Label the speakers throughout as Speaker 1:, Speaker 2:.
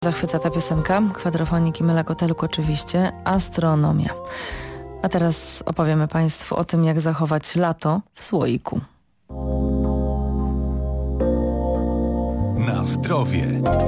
Speaker 1: Zachwyca ta piosenka, Kwadrofonik i Mela Koteluk oczywiście, Astronomia. A teraz opowiemy Państwu o tym, jak zachować lato w słoiku.
Speaker 2: Na zdrowie.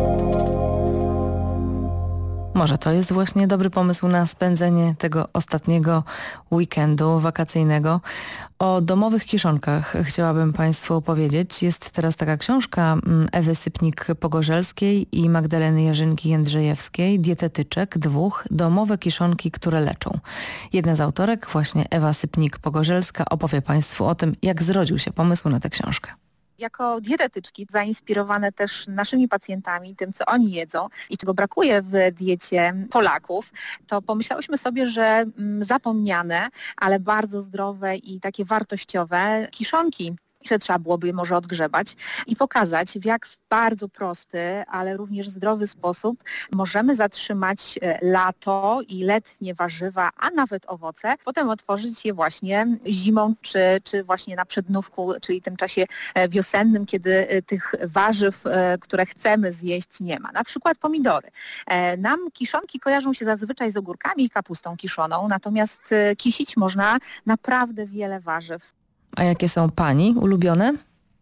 Speaker 1: Może to jest właśnie dobry pomysł na spędzenie tego ostatniego weekendu wakacyjnego. O domowych kiszonkach chciałabym Państwu opowiedzieć. Jest teraz taka książka Ewy Sypnik-Pogorzelskiej i Magdaleny Jarzynki-Jędrzejewskiej, dietetyczek, 2 domowe kiszonki, które leczą. Jedna z autorek, właśnie Ewa Sypnik-Pogorzelska, opowie Państwu o tym, jak zrodził się pomysł na tę książkę.
Speaker 3: Jako dietetyczki, zainspirowane też naszymi pacjentami, tym co oni jedzą i czego brakuje w diecie Polaków, to pomyślałyśmy sobie, że zapomniane, ale bardzo zdrowe i takie wartościowe kiszonki, że trzeba byłoby je może odgrzebać i pokazać, w jak w bardzo prosty, ale również zdrowy sposób możemy zatrzymać lato i letnie warzywa, a nawet owoce, potem otworzyć je właśnie zimą czy właśnie na przednówku, czyli tym czasie wiosennym, kiedy tych warzyw, które chcemy zjeść, nie ma. Na przykład pomidory. Nam kiszonki kojarzą się zazwyczaj z ogórkami i kapustą kiszoną, natomiast kisić można naprawdę wiele warzyw.
Speaker 1: A jakie są Pani ulubione?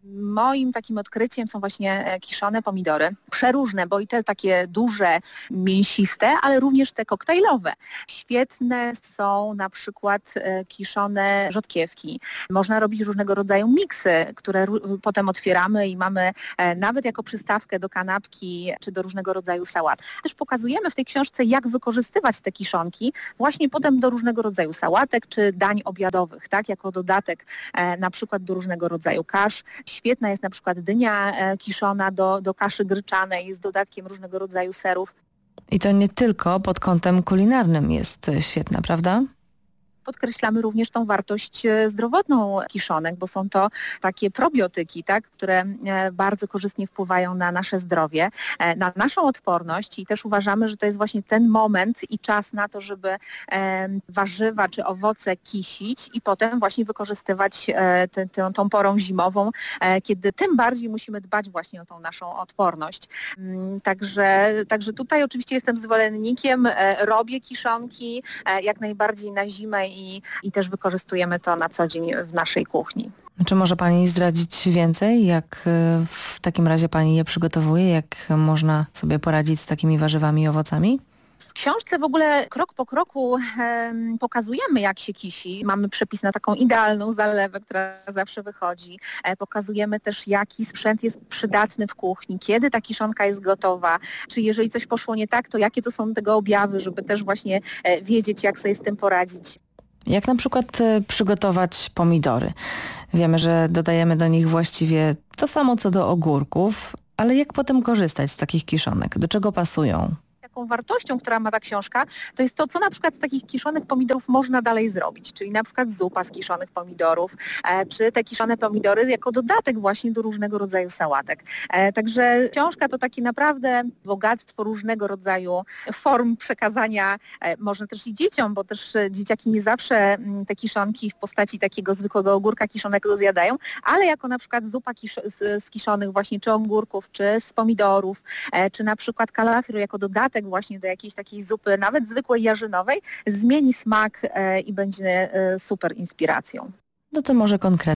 Speaker 3: Moim takim odkryciem są właśnie kiszone pomidory. Przeróżne, bo i te takie duże, mięsiste, ale również te koktajlowe. Świetne są na przykład kiszone rzodkiewki. Można robić różnego rodzaju miksy, które potem otwieramy i mamy nawet jako przystawkę do kanapki czy do różnego rodzaju sałat. Też pokazujemy w tej książce, jak wykorzystywać te kiszonki właśnie potem do różnego rodzaju sałatek czy dań obiadowych, tak, jako dodatek na przykład do różnego rodzaju kasz. Świetna jest na przykład dynia kiszona do kaszy gryczanej z dodatkiem różnego rodzaju serów.
Speaker 1: I to nie tylko pod kątem kulinarnym jest świetna, prawda?
Speaker 3: Podkreślamy również tą wartość zdrowotną kiszonek, bo są to takie probiotyki, tak, które bardzo korzystnie wpływają na nasze zdrowie, na naszą odporność i też uważamy, że to jest właśnie ten moment i czas na to, żeby warzywa czy owoce kisić i potem właśnie wykorzystywać tą porą zimową, kiedy tym bardziej musimy dbać właśnie o tą naszą odporność. Także tutaj oczywiście jestem zwolennikiem, robię kiszonki jak najbardziej na zimę i też wykorzystujemy to na co dzień w naszej kuchni.
Speaker 1: Czy może Pani zdradzić więcej, jak w takim razie Pani je przygotowuje, jak można sobie poradzić z takimi warzywami i owocami?
Speaker 3: W książce w ogóle krok po kroku pokazujemy, jak się kisi. Mamy przepis na taką idealną zalewę, która zawsze wychodzi. Pokazujemy też, jaki sprzęt jest przydatny w kuchni, kiedy ta kiszonka jest gotowa, czy jeżeli coś poszło nie tak, to jakie to są tego objawy, żeby też właśnie wiedzieć, jak sobie z tym poradzić.
Speaker 1: Jak na przykład przygotować pomidory? Wiemy, że dodajemy do nich właściwie to samo, co do ogórków, ale jak potem korzystać z takich kiszonek? Do czego pasują?
Speaker 3: Taką wartością, która ma ta książka, to jest to, co na przykład z takich kiszonych pomidorów można dalej zrobić, czyli na przykład zupa z kiszonych pomidorów, czy te kiszone pomidory jako dodatek właśnie do różnego rodzaju sałatek. Także książka to takie naprawdę bogactwo różnego rodzaju form przekazania, można też i dzieciom, bo też dzieciaki nie zawsze te kiszonki w postaci takiego zwykłego ogórka kiszonego zjadają, ale jako na przykład zupa z kiszonych właśnie czy ogórków, czy z pomidorów, czy na przykład kalafir jako dodatek właśnie do jakiejś takiej zupy, nawet zwykłej jarzynowej, zmieni smak i będzie super inspiracją.
Speaker 1: No to może konkretnie.